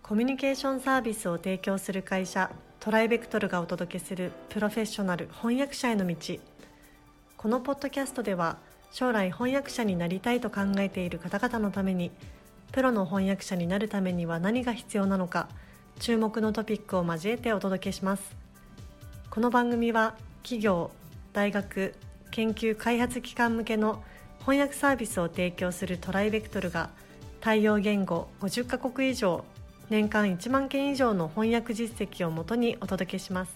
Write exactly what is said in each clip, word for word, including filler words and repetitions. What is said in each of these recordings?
コミュニケーションサービスを提供する会社トライベクトルがお届けするプロフェッショナル翻訳者への道。このポッドキャストでは将来翻訳者になりたいと考えている方々のために、プロの翻訳者になるためには何が必要なのか、注目のトピックを交えてお届けします。この番組は企業、大学、研究開発機関向けの翻訳サービスを提供するトライベクトルが対応言語ごじゅっカ国以上、年間いちまんけん以上の翻訳実績をもとにお届けします。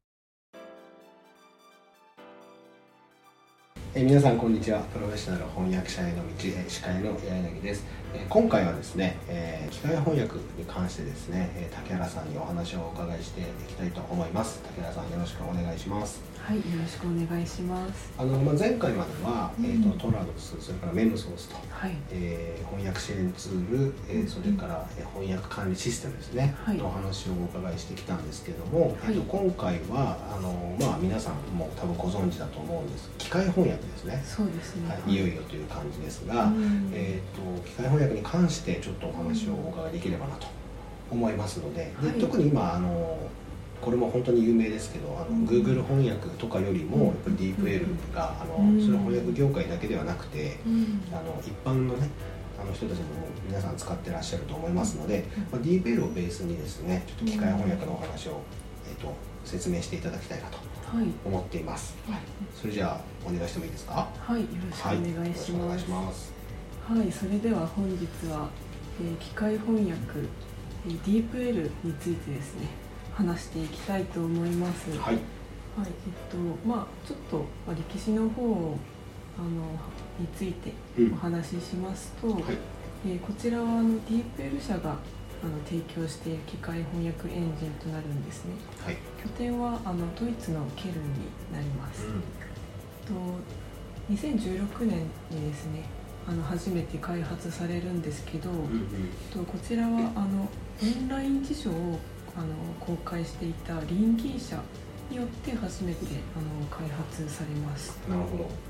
えー、皆さんこんにちは。プロフェッショナル翻訳者への道、えー、司会の八重柳です。えー、今回はですね、えー、機械翻訳に関してですね、えー、竹原さんにお話をお伺いしていきたいと思います。竹原さん、よろしくお願いします。 はい、よろしくお願いします。 あの、まあ、前回までは、 うん、 えーと、トラドス、それからメムソースと、 はい、 えー、翻訳支援ツール、えー、それから、えー、翻訳管理システムですね、はい、のお話をお伺いしてきたんですけども、はい、えーと、今回はあの、まあ、皆さんも多分ご存知だと思うんです。機械翻訳ですね。 そうですね、 はい、いよいよという感じですが、うん、えーと、機械翻訳に関してちょっとお話をお伺いできればなと思いますので、で、はい、特に今あのこれも本当に有名ですけど、あの、うん、Google 翻訳とかよりもやっぱり ディープエル が、うん、あのそれ翻訳業界だけではなくて、うん、あの一般のねあの人たちも皆さん使ってらっしゃると思いますので、まあ、ディープエル をベースにですねちょっと機械翻訳のお話を、えーと、説明していただきたいなと思っています、はい、それじゃあお願いしてもいいですか。 はい、よろしくお願いします。はい、よろしくお願いします。はい、それでは本日は、えー、機械翻訳、えー、ディープエル についてですね話していきたいと思います。はい。はい、えっとまあちょっと、まあ、歴史の方をあのについてお話ししますと、うん、はい、えー、こちらはあの ディープエル 社があの提供している機械翻訳エンジンとなるんですね。はい。拠点はあのドイツのケルンになります。うん、とにせんじゅうろくねんにですねあの初めて開発されるんですけど、うんうん、とこちらはあのオンライン辞書をあの公開していたリンギー社によって初めてあの開発されます。 なるほど。はい。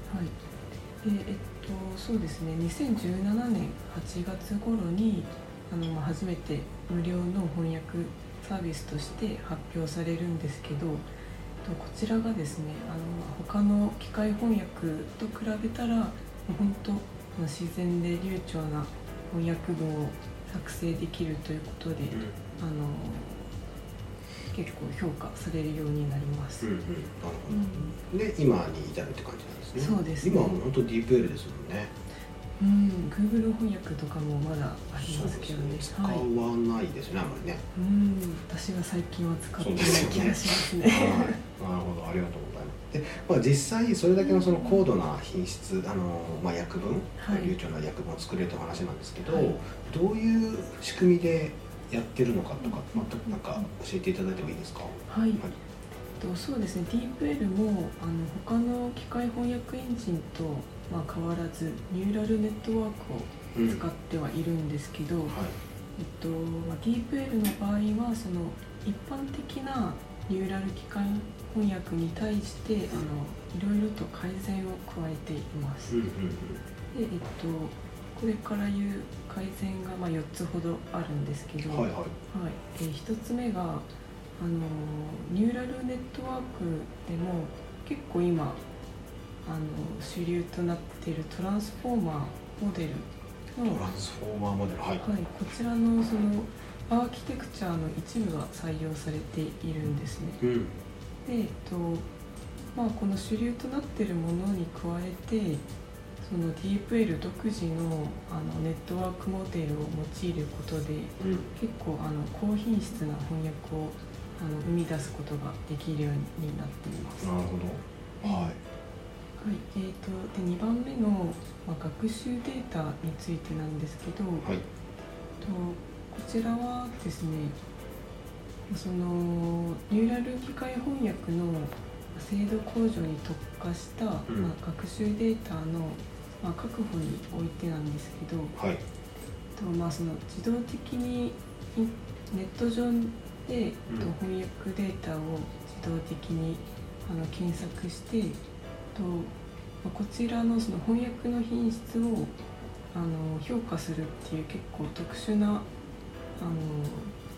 で、えっとそうですね、にせんじゅうななねんはちがつ頃にあの初めて無料の翻訳サービスとして発表されるんですけど、こちらがですね、あの他の機械翻訳と比べたら本当自然で流暢な翻訳文を作成できるということで、うん、あの結構評価されるようになります。うんうん、なるほど。で、今に至るって感じなんですね。 そうですね。 今は本当ディープエルですもんね。 うん、Google 翻訳とかもまだありますけどね。 使わないですね、あんまりね。 うん、私が最近は使ってない気がしますね。はい、 なるほど、ありがとうございます。で、まあ、実際それだけのその高度な品質、あのまあ、訳文、はい、流暢な訳文を作れるという話なんですけど、はい、どういう仕組みでやってるのかとか、まあ、なんか教えていただいてもいいですか。 はい。はい、とそうですね、ディープエル もあの他の機械翻訳エンジンとまあ、変わらずニューラルネットワークを使ってはいるんですけど、うん、はい、えっとまあ、ディープエル の場合はその一般的なニューラル機械翻訳に対してあのいろいろと改善を加えています。うんうんうん、で、えっと、これから言う改善がまあよっつほどあるんですけど、はいはいはい、えー、ひとつめがあのニューラルネットワークでも結構今あの主流となっているトランスフォーマーモデルのトランスフォーマーモデル、はい、はい、 こちらのそのアーキテクチャの一部が採用されているんですね。うん、で、えっとまあ、この主流となっているものに加えてその ディープエル 独自の、あのネットワークモデルを用いることで、うん、結構あの高品質な翻訳をあの生み出すことができるようになっています。 なるほど。はい。 はい、えー、とでにばんめの、まあ、学習データについてなんですけど、はい、とこちらはですね、そのニューラル機械翻訳の精度向上に特化した、うん、まあ、学習データの、まあ、確保においてなんですけど、はい、とまあ、その自動的にネット上で、うん、と翻訳データを自動的にあの検索してとこちらのその翻訳の品質をあの評価するっていう結構特殊なあの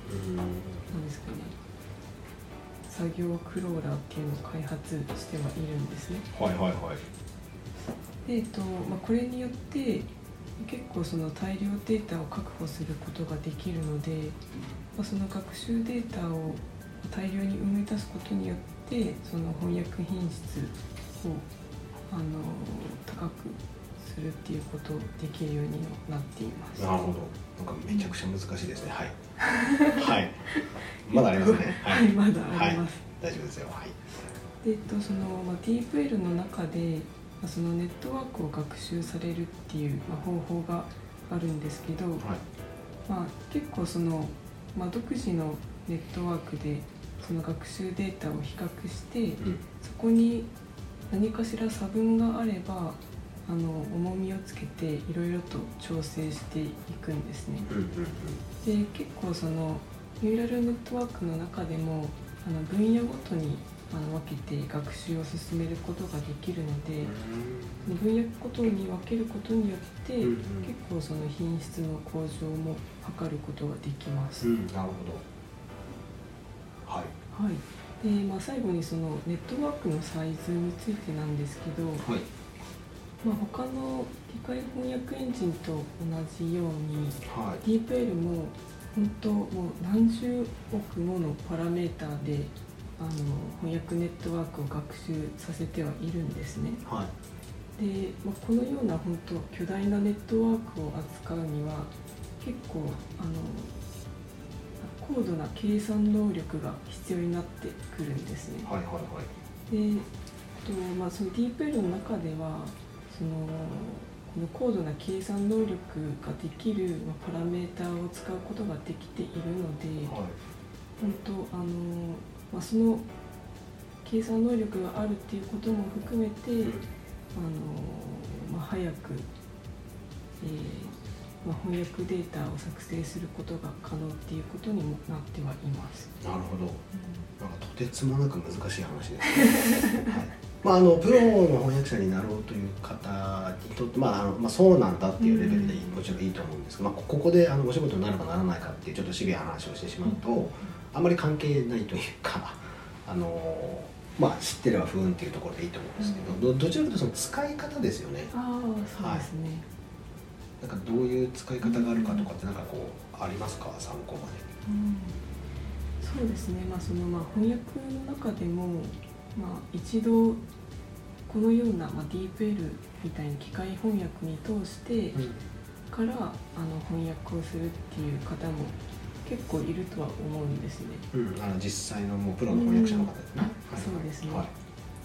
なんですかね、作業クローラーっていうのを開発してはいるんですね。 はいはいはい。 で、えっとまあ、これによって結構その大量データを確保することができるので、まあ、その学習データを大量に生み出すことによってその翻訳品質をあの高くするっていうことをできるようになっています。 なるほど。なんかめちゃくちゃ難しいですね。はいはい。まだありますね。 はい、はい、まだあります、 はい、大丈夫ですよ。はい。 で、えっと、その、まあ、ディープエル の中で、まあ、そのネットワークを学習されるっていう、まあ、方法があるんですけど、はい、まあ、結構その、まあ、独自のネットワークでその学習データを比較して、うん、そこに何かしら差分があればあの重みをつけていろいろと調整していくんですね。うんうんうん、で、結構そのニューラルネットワークの中でもあの分野ごとにあの分けて学習を進めることができるので、うん、分野ごとに分けることによって、うんうん、結構その品質の向上も図ることができます。 うん、なるほど。はい。 はい。で、まあ、最後にそのネットワークのサイズについてなんですけど、はい、まあ、他の機械翻訳エンジンと同じように、はい、ディープエル も本当もう何十億ものパラメーターであの翻訳ネットワークを学習させてはいるんですね。はい、で、まあ、このような本当巨大なネットワークを扱うには結構あの高度な計算能力が必要になってくるんですね。はいはいはい、で、とまあ、その ディープエル の中ではそのこの高度な計算能力ができるパラメーターを使うことができているので、はい、本当あの、まあ、その計算能力があるっていうことも含めて、うん、あのまあ、早く、えーまあ、翻訳データを作成することが可能っていうことにもなってはいます。 なるほど、うん、なんかとてつもなく難しい話ですね。はい、まあ、あのプロの翻訳者になろうという方にとって、まああのまあ、そうなんだっていうレベルでもちろんいいと思うんですけど、まあ、ここであのお仕事になるかならないかっていうちょっとシビアな話をしてしまうと、あんまり関係ないというか、あのまあ、知ってれば不運っていうところでいいと思うんですけど、 ど, どちらかというとその使い方ですよね。 ああ、そうですね。 はい、なんかどういう使い方があるかとかってなんかこうありますか、参考まで。 うん、そうですね。まあそのまあ翻訳の中でも、まあ、一度このような、まあ、ディープエル みたいな機械翻訳に通してから、うん、あの翻訳をするっていう方も結構いるとは思うんですね。 うん、あの実際のもうプロの翻訳者の方ですね。 うん、そうですね。はい、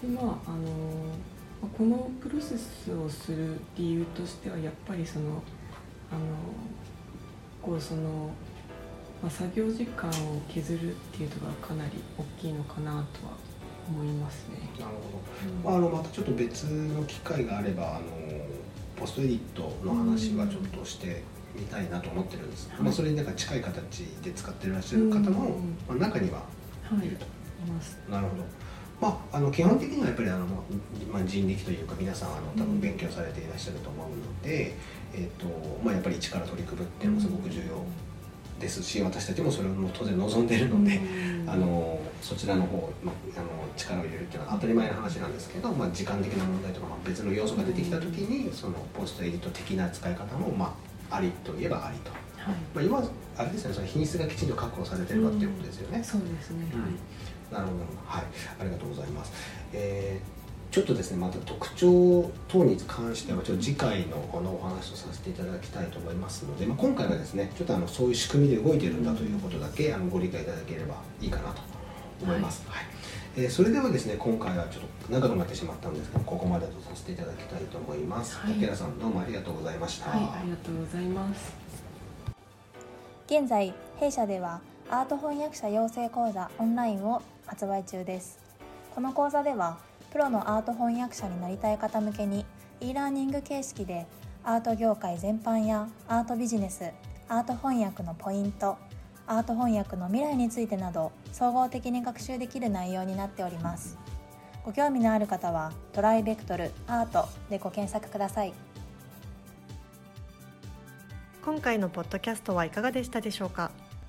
で、まああのこのプロセスをする理由としてはやっぱりそのあのこうその、まあ、作業時間を削るっていうのがかなり大きいのかなとは思いますね。 なるほど。うん、まあ、あのまたちょっと別の機会があればあのポストエディットの話はちょっとしてみたいなと思ってるんです。うん、まあ、それになんか近い形で使っていらっしゃる方も、まあ、中にはいると。 はい、います。 なるほど。まあ、あの基本的にはやっぱりあの、まあ、人力というか皆さんあの多分勉強されていらっしゃると思うので、うん、えーとまあ、やっぱり一から取り組むっていうのもすごく重要ですし、私たちもそれを当然望んでいるので、うん、あのそちらの方、まあ、あの力を入れるっていうのは当たり前の話なんですけど、まあ、時間的な問題とか、まあ、別の要素が出てきた時にそのポストエディット的な使い方も、まあ、ありといえばありと。はい、まあ、今あれですね、その品質がきちんと確保されているかっていうことですよね。 うん、そうですね。 うん、はい、なるほど、はい、ありがとうございます。えー、ちょっとですね、また特徴等に関してはちょっと次回のこのお話をさせていただきたいと思いますので、まあ、今回はですね、ちょっとあのそういう仕組みで動いているんだということだけあのご理解いただければいいかなと思います。はい、はい、えー、それではですね、今回はちょっと長くなってしまったんですけど、ここまでとさせていただきたいと思います。はい、竹原さん、どうもありがとうございました。 はい、ありがとうございます。 現在、弊社ではアート翻訳者養成講座オンラインを発売中です。この講座ではプロのアート翻訳者になりたい方向けに e ラーニング形式でアート業界全般やアートビジネス、アート翻訳のポイント、アート翻訳の未来についてなど総合的に学習できる内容になっております。ご興味のある方はトライベクトルアートでご検索ください。 今回のポッドキャストはいかがでしたでしょうか。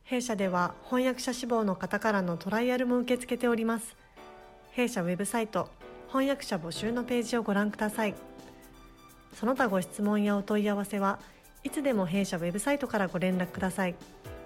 弊社では翻訳者志望の方からのトライアルも受け付けております。弊社ウェブサイト翻訳者募集のページをご覧ください。その他ご質問やお問い合わせはいつでも弊社ウェブサイトからご連絡ください。